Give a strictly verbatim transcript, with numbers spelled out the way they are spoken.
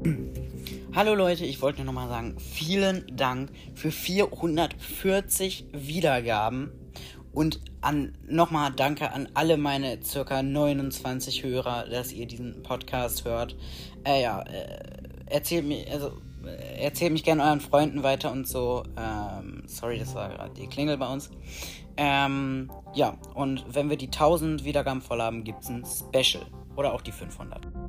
Hallo Leute, ich wollte nur nochmal sagen, vielen Dank für vierhundertvierzig Wiedergaben und an nochmal danke an alle meine circa neunundzwanzig Hörer, dass ihr diesen Podcast hört. Äh, ja, äh, erzählt mir, also äh, erzählt mich gerne euren Freunden weiter und so. Ähm, sorry, das war gerade die Klingel bei uns. Ähm, ja, und wenn wir die tausend Wiedergaben voll haben, gibt es ein Special oder auch die fünfhundert.